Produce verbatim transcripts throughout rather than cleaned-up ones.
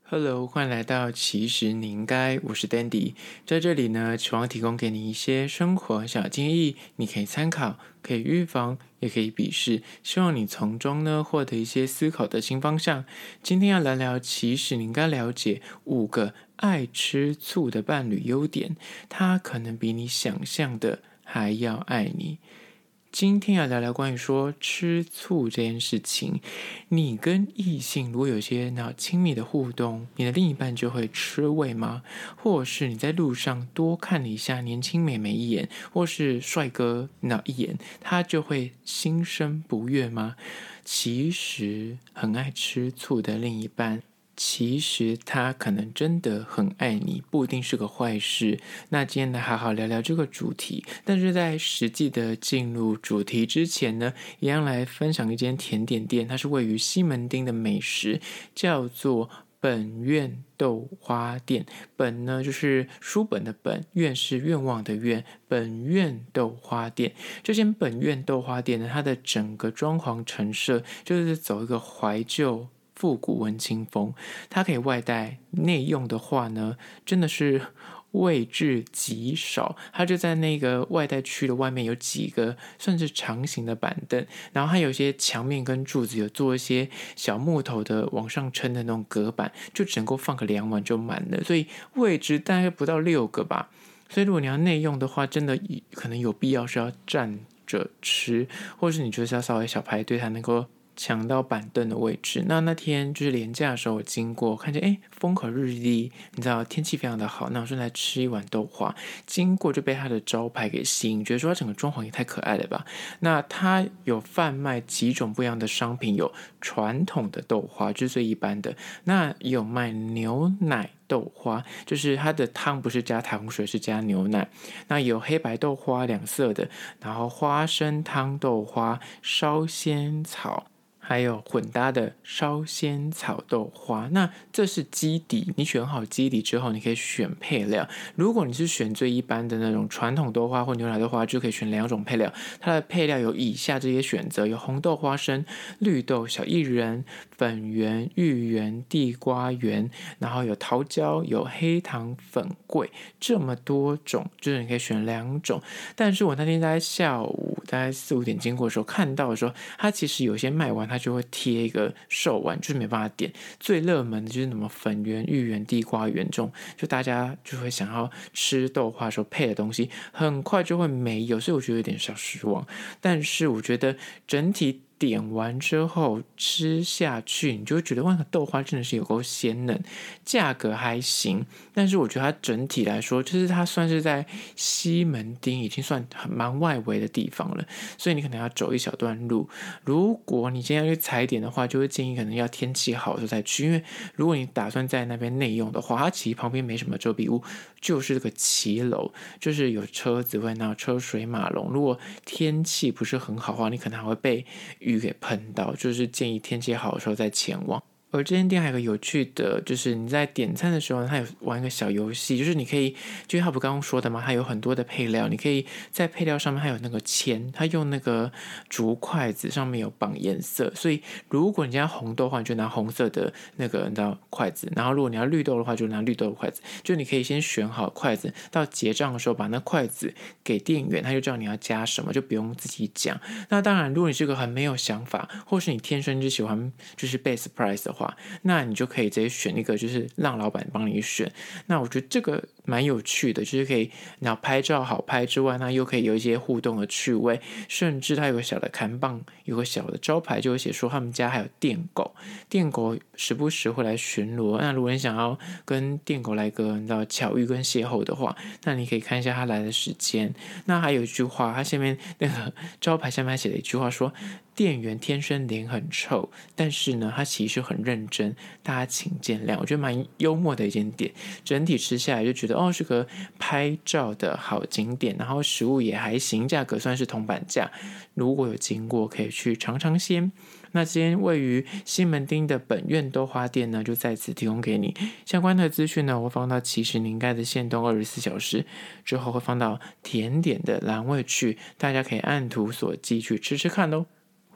Hello，欢迎来到其实你应该，我是 Dandy，在这里呢，希望提供给你一些生活小建议，你可以参考，可以预防，也可以鄙视，希望你从中呢获得一些思考的新方向。今天要来聊，其实你应该了解五个爱吃醋的伴侣优点，他可能比你想象的还要爱你。今天要聊聊关于说吃醋这件事情，你跟异性如果有些那亲密的互动，你的另一半就会吃味吗？或者是你在路上多看了一下年轻美眉一眼，或是帅哥那一眼，他就会心生不悦吗？其实很爱吃醋的另一半，其实他可能真的很爱你，不一定是个坏事。那今天来好好聊聊这个主题，但是在实际的进入主题之前呢，一样来分享一间甜点店，它是位于西门町的美食，叫做本愿豆花店。本呢就是书本的本，愿是愿望的愿，本愿豆花店。这间本愿豆花店呢，它的整个装潢陈设就是走一个怀旧复古文青风，它可以外带，内用的话呢，真的是位置极少，它就在那个外带区的外面有几个算是长形的板凳，然后它有些墙面跟柱子有做一些小木头的往上撑的那种隔板，就只能够放个两碗就满了，所以位置大概不到六个吧。所以如果你要内用的话，真的可能有必要是要站着吃，或是你就是要稍微小排队才能够抢到板凳的位置。那那天就是连假的时候我经过，看见哎风和日丽，你知道天气非常的好，那我说来吃一碗豆花，经过就被他的招牌给吸引，觉得说他整个装潢也太可爱了吧。那他有贩卖几种不一样的商品，有传统的豆花，就是最一般的，那也有卖牛奶豆花，就是它的汤不是加糖水，是加牛奶。那有黑白豆花两色的，然后花生汤豆花、烧仙草，还有混搭的烧仙草豆花。那这是基底，你选好基底之后，你可以选配料。如果你是选最一般的那种传统豆花或牛奶豆花，就可以选两种配料。它的配料有以下这些选择：有红豆、花生、绿豆、小薏仁、粉圆、芋圆、地瓜圆，然后有桃胶、有黑糖粉桂，这么多种，就是你可以选两种。但是我那天在下午大概四五点经过的时候，看到的时候，它其实有些卖完，它就会贴一个售完，就是没办法点。最热门的就是什么粉圆、芋圆、地瓜圆这种，就大家就会想要吃豆花的时候配的东西，很快就会没有，所以我觉得有点小失望。但是我觉得整体点完之后吃下去，你就会觉得哇，豆花真的是有够鲜嫩，价格还行，但是我觉得它整体来说，就是它算是在西门町已经算很蛮外围的地方了，所以你可能要走一小段路。如果你今天要去踩点的话，就会建议可能要天气好的时候再去，因为如果你打算在那边内用的话，它其实旁边没什么遮蔽物，就是这个骑楼，就是有车子会闹车水马龙。如果天气不是很好的话，你可能还会被雨给喷到，就是建议天气好的时候再前往。而这间店还有个有趣的，就是你在点餐的时候，它有玩一个小游戏，就是你可以，就是他不刚刚说的嘛，它有很多的配料，你可以在配料上面还有那个签，它用那个竹筷子上面有绑颜色，所以如果你家红豆的话，你就拿红色的那个你知道筷子，然后如果你要绿豆的话，就拿绿豆的筷子，就你可以先选好筷子，到结账的时候把那筷子给店员，他就知道你要加什么，就不用自己讲。那当然，如果你是个很没有想法，或是你天生就喜欢就是被 surprise 的话，那你就可以直接选一个，就是让老板帮你选。那我觉得这个蛮有趣的，就是可以然后拍照好拍之外，那又可以有一些互动的趣味，甚至它有个小的看棒，有个小的招牌，就会写说他们家还有电狗，电狗时不时会来巡逻。那如果你想要跟电狗来个你知道巧遇跟邂逅的话，那你可以看一下他来的时间。那还有一句话，他下面那个招牌下面还写了一句话说，店员天生脸很臭，但是呢他其实很认真，大家请见谅。我觉得蛮幽默的一间店，整体吃下来就觉得哦是个拍照的好景点，然后食物也还行，价格算是铜板价，如果有经过可以去尝尝鲜。那今天位于西门町的本愿豆花店呢，就在此提供给你相关的资讯呢，我会放到其实你应该的限动二十四小时之后，会放到甜点的栏位去，大家可以按图索骥去吃吃看咯。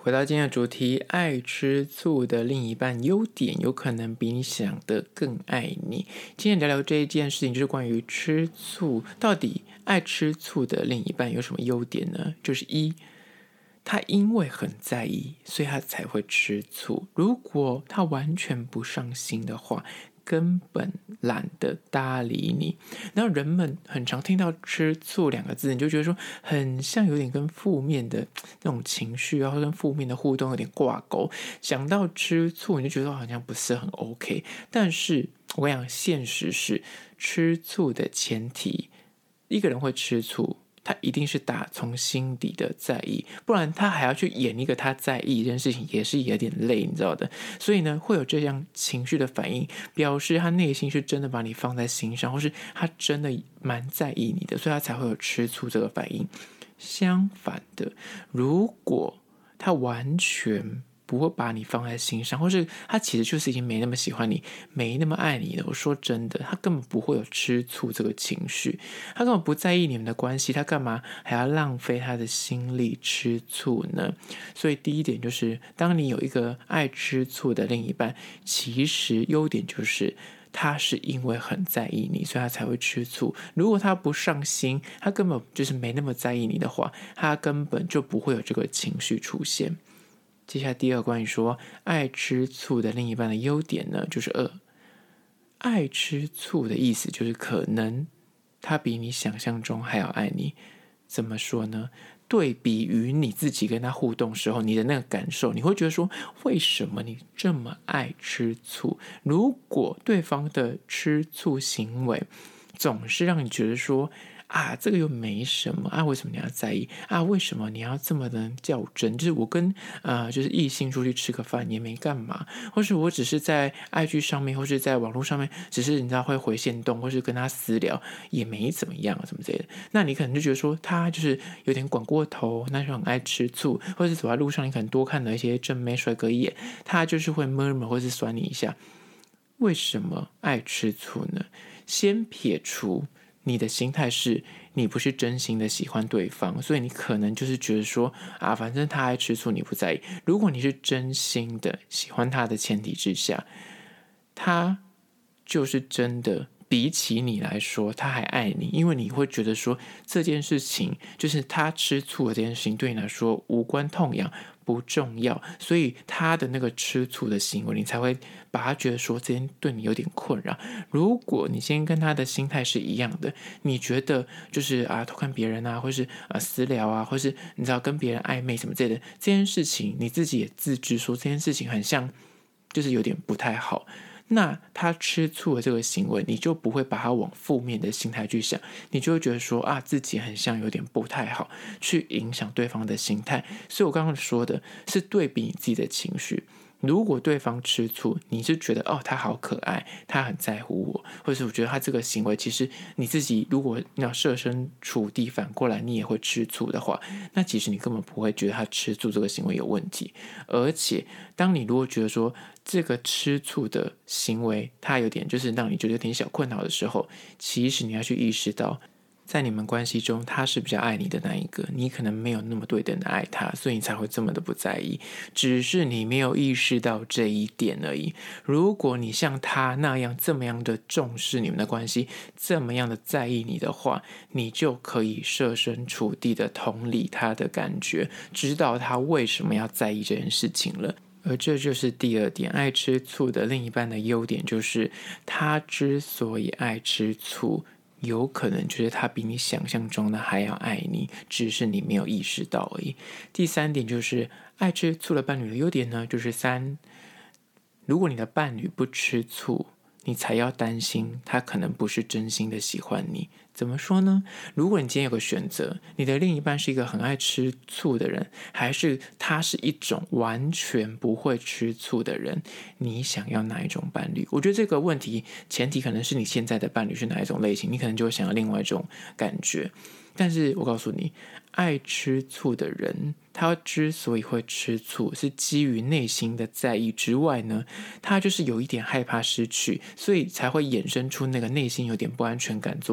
回到今天的主题，爱吃醋的另一半优点有可能比你想的更爱你。今天聊聊这一件事情，就是关于吃醋，到底爱吃醋的另一半有什么优点呢？就是一，他因为很在意，所以他才会吃醋。如果他完全不上心的话，根本懒得搭理你。然后人们很常听到吃醋两个字，你就觉得说很像有点跟负面的那种情绪啊，或跟负面的互动有点挂钩。想到吃醋，你就觉得好像不是很 OK。但是我跟你讲，现实是吃醋的前提，一个人会吃醋，他一定是打从心底的在意，不然他还要去演一个他在意一件事情，也是有点累，你知道的。所以呢，会有这样情绪的反应，表示他内心是真的把你放在心上，或是他真的蛮在意你的，所以他才会有吃醋这个反应。相反的，如果他完全不会把你放在心上，或是他其实就是已经没那么喜欢你，没那么爱你了。我说真的，他根本不会有吃醋这个情绪，他根本不在意你们的关系，他干嘛还要浪费他的心力吃醋呢？所以第一点就是，当你有一个爱吃醋的另一半，其实优点就是他是因为很在意你，所以他才会吃醋。如果他不上心，他根本就是没那么在意你的话，他根本就不会有这个情绪出现。接下来第二，关于说爱吃醋的另一半的优点呢，就是二，爱吃醋的意思就是可能他比你想象中还要爱你。怎么说呢？对比于你自己跟他互动时候，你的那个感受，你会觉得说，为什么你这么爱吃醋？如果对方的吃醋行为总是让你觉得说，啊，这个又没什么啊，为什么你要在意啊？为什么你要这么的较真？就是我跟呃，就是异性出去吃个饭也没干嘛，或是我只是在 I G 上面，或是在网络上面，只是你知道会回限动，或是跟他私聊也没怎么样，什么之类的。那你可能就觉得说他就是有点管过头，那就很爱吃醋，或是走在路上你可能多看了一些正妹帅哥一眼，他就是会 murmur 或是酸你一下。为什么爱吃醋呢？先撇除你的心态是你不是真心的喜欢对方，所以你可能就是觉得说啊，反正他爱吃醋你不在意。如果你是真心的喜欢他的前提之下，他就是真的比起你来说他还爱你，因为你会觉得说这件事情就是他吃醋的这件事情对你来说无关痛痒不重要，所以他的那个吃醋的行为你才会把他觉得说这件对你有点困扰。如果你今天跟他的心态是一样的，你觉得就是啊偷看别人啊，或是啊私聊啊，或是你知道跟别人暧昧什么之类的，这件事情你自己也自知说这件事情很像就是有点不太好，那他吃醋的这个行为，你就不会把他往负面的心态去想，你就会觉得说啊，自己很像有点不太好，去影响对方的心态。所以我刚刚说的是对比你自己的情绪。如果对方吃醋，你是觉得哦他好可爱，他很在乎我，或者是我觉得他这个行为，其实你自己如果要设身处地反过来，你也会吃醋的话，那其实你根本不会觉得他吃醋这个行为有问题。而且当你如果觉得说这个吃醋的行为他有点就是让你觉得有点小困扰的时候，其实你要去意识到在你们关系中他是比较爱你的那一个，你可能没有那么对等的爱他，所以你才会这么的不在意，只是你没有意识到这一点而已。如果你像他那样这么样的重视你们的关系，这么样的在意你的话，你就可以设身处地的同理他的感觉，知道他为什么要在意这件事情了。而这就是第二点，爱吃醋的另一半的优点，就是他之所以爱吃醋，有可能就是他比你想象中的还要爱你，只是你没有意识到而已。第三点就是爱吃醋的伴侣的优点呢，就是三，如果你的伴侣不吃醋，你才要担心他可能不是真心的喜欢你。怎么说呢？如果你今天有个选择，你的另一半是一个很爱吃醋的人，还是他是一种完全不会吃醋的人，你想要哪一种伴侣？我觉得这个问题前提可能是你现在的伴侣是哪一种类型，你可能就会想要另外一种感觉。但是我告诉你，爱吃醋的人，他之所以会吃醋，是基于内心的在意之外呢，他就是有一点害怕失去，所以才会衍生出那个内心有点不安全感作祟。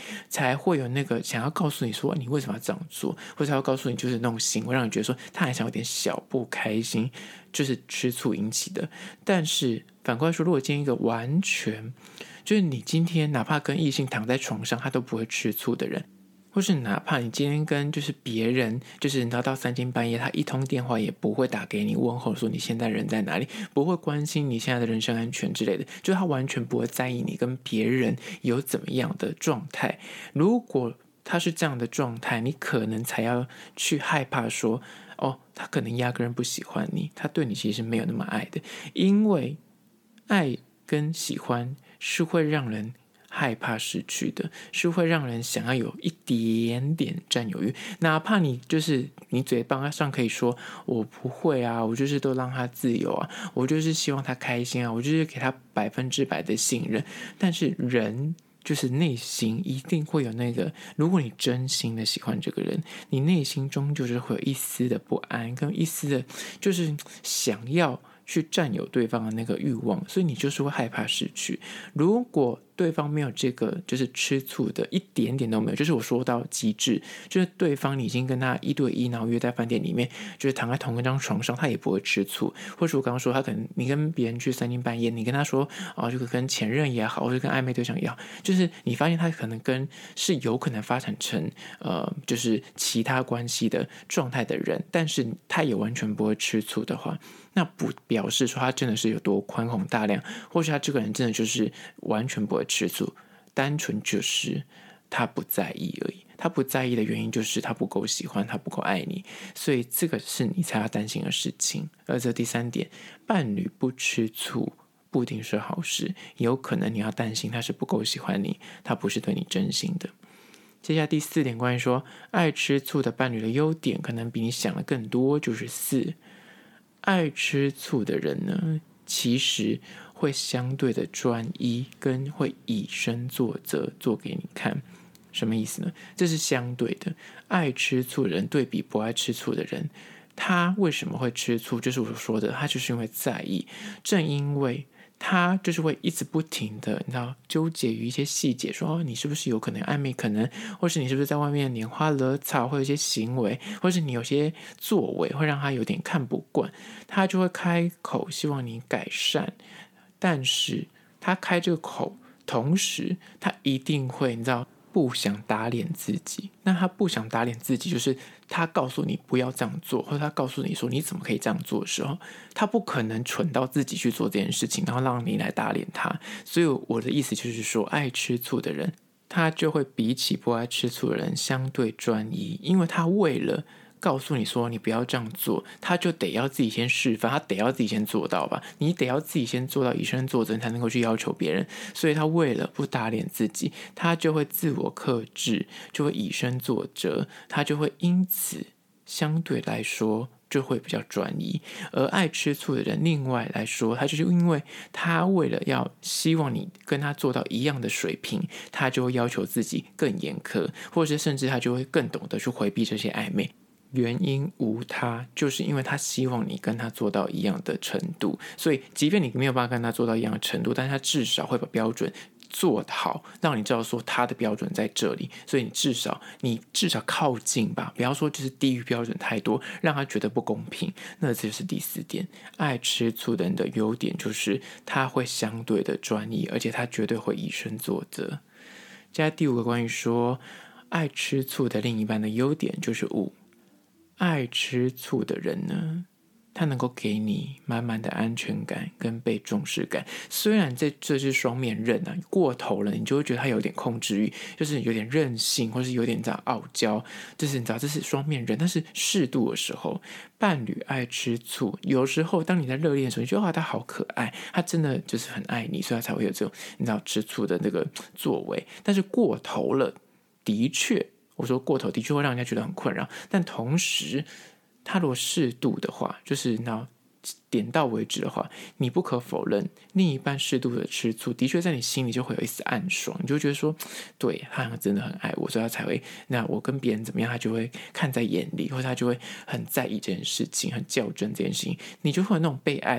才会有那个想要告诉你说你为什么要这样做，或者要告诉你就是那种行为让你觉得说他还想有点小不开心，就是吃醋引起的。但是反过来说，如果今天一个完全就是你今天哪怕跟异性躺在床上他都不会吃醋的人，或是哪怕你今天跟就是别人就是你知道到三更半夜他一通电话也不会打给你问候说你现在人在哪里，不会关心你现在的人身安全之类的，就是他完全不会在意你跟别人有怎么样的状态。如果他是这样的状态，你可能才要去害怕说哦，他可能压根不喜欢你，他对你其实没有那么爱的。因为爱跟喜欢是会让人害怕失去的，是会让人想要有一点点占有欲。哪怕你就是你嘴巴上可以说我不会啊，我就是都让他自由啊，我就是希望他开心啊，我就是给他百分之百的信任。但是人就是内心一定会有那个，如果你真心的喜欢这个人，你内心中就是会有一丝的不安，跟一丝的就是想要去占有对方的那个欲望，所以你就是会害怕失去。如果对方没有这个就是吃醋的一点点都没有，就是我说到极致，就是对方你已经跟他一对一，然后约在饭店里面，就是躺在同一张床上，他也不会吃醋。或者我刚刚说他可能你跟别人去三更半夜，你跟他说哦，这个跟前任也好，或者跟暧昧对象也好，就是你发现他可能跟是有可能发展成呃就是其他关系的状态的人，但是他也完全不会吃醋的话，那不表示说他真的是有多宽宏大量，或是他这个人真的就是完全不会吃醋，单纯就是他不在意而已。他不在意的原因就是他不够喜欢，他不够爱你，所以这个是你才要担心的事情。而这第三点，伴侣不吃醋不一定是好事，有可能你要担心他是不够喜欢你，他不是对你真心的。接下来第四点，关于说爱吃醋的伴侣的优点可能比你想的更多，就是四，爱吃醋的人呢，其实会相对的专一，跟会以身作则做给你看。什么意思呢？这是相对的。爱吃醋的人对比不爱吃醋的人，他为什么会吃醋？就是我说的，他就是因为在意。正因为他就是会一直不停的，你知道，纠结于一些细节，说哦，你是不是有可能暧昧，可能，或是你是不是在外面拈花惹草，会有一些行为，或是你有些作为会让他有点看不惯，他就会开口希望你改善。但是他开这个口，同时他一定会，你知道，不想打脸自己。那他不想打脸自己，就是他告诉你不要这样做，或者他告诉你说你怎么可以这样做的时候，他不可能蠢到自己去做这件事情，然后让你来打脸他。所以我的意思就是说，爱吃醋的人，他就会比起不爱吃醋的人相对专一，因为他为了告诉你说你不要这样做，他就得要自己先示范，他得要自己先做到吧，你得要自己先做到以身作则才能够去要求别人。所以他为了不打脸自己，他就会自我克制，就会以身作则，他就会因此相对来说就会比较专一。而爱吃醋的人另外来说，他就是因为他为了要希望你跟他做到一样的水平，他就会要求自己更严苛，或者甚至他就会更懂得去回避这些暧昧。原因无他，就是因为他希望你跟他做到一样的程度，所以即便你没有办法跟他做到一样的程度，但是他至少会把标准做好，让你知道说他的标准在这里，所以你至少你至少靠近吧，不要说就是低于标准太多，让他觉得不公平。那这就是第四点，爱吃醋的人的优点就是他会相对的专一，而且他绝对会以身作则。接下来第五个，关于说爱吃醋的另一半的优点就是五，爱吃醋的人呢，他能够给你满满的安全感跟被重视感。虽然这这是双面刃啊，过头了你就会觉得他有点控制欲，就是有点任性，或是有点傲娇，就是你知道这是双面刃。但是适度的时候，伴侣爱吃醋，有时候当你在热恋的时候，你觉得哇他好可爱，他真的就是很爱你，所以他才会有这种你知道吃醋的那个作为。但是过头了，的确我说过头的确会让人家觉得很困扰，但同时他如果适度的话，就是那点到为止的话，你不可否认另一半适度的吃醋的确在你心里就会有一丝暗爽，你就会觉得说对他好像真的很爱我，所以他才会那我跟别人怎么样他就会看在眼里，或者他就会很在意这件事情，很较真这件事情，你就会有那种被爱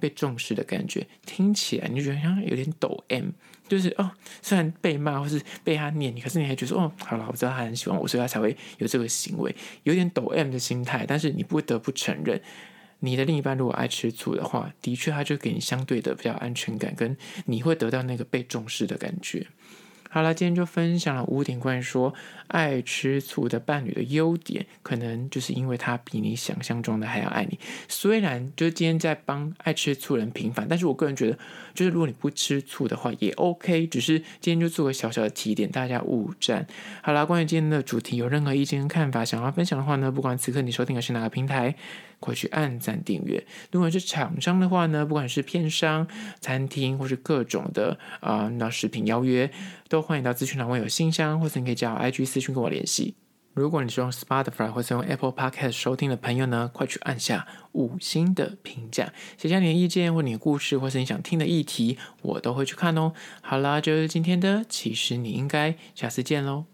被重视的感觉，听起来你就觉得像有点抖 M， 就是哦，虽然被骂或是被他念你，可是你还觉得说哦，好了，我知道他很喜欢我，所以他才会有这个行为，有点抖 M 的心态。但是你不得不承认，你的另一半如果爱吃醋的话，的确他就给你相对的比较安全感，跟你会得到那个被重视的感觉。好了，今天就分享了五点关于说爱吃醋的伴侣的优点，可能就是因为他比你想象中的还要爱你。虽然就是今天在帮爱吃醋人平反，但是我个人觉得，就是如果你不吃醋的话也 OK， 只是今天就做个小小的提点，大家勿沾。好啦，关于今天的主题有任何意见跟看法想要分享的话呢，不管此刻你收听的是哪个平台，快去按赞订阅。如果是厂商的话呢，不管是片商、餐厅或是各种的啊、呃、食品邀约，都欢迎到资讯栏问有信箱，或是你可以加我 I G 私讯跟我联系。如果你是用 Spotify 或是用 Apple Podcast 收听的朋友呢，快去按下五星的评价，写下你的意见或你的故事，或是你想听的议题，我都会去看哦。好啦，就是今天的，其实你应该下次见咯。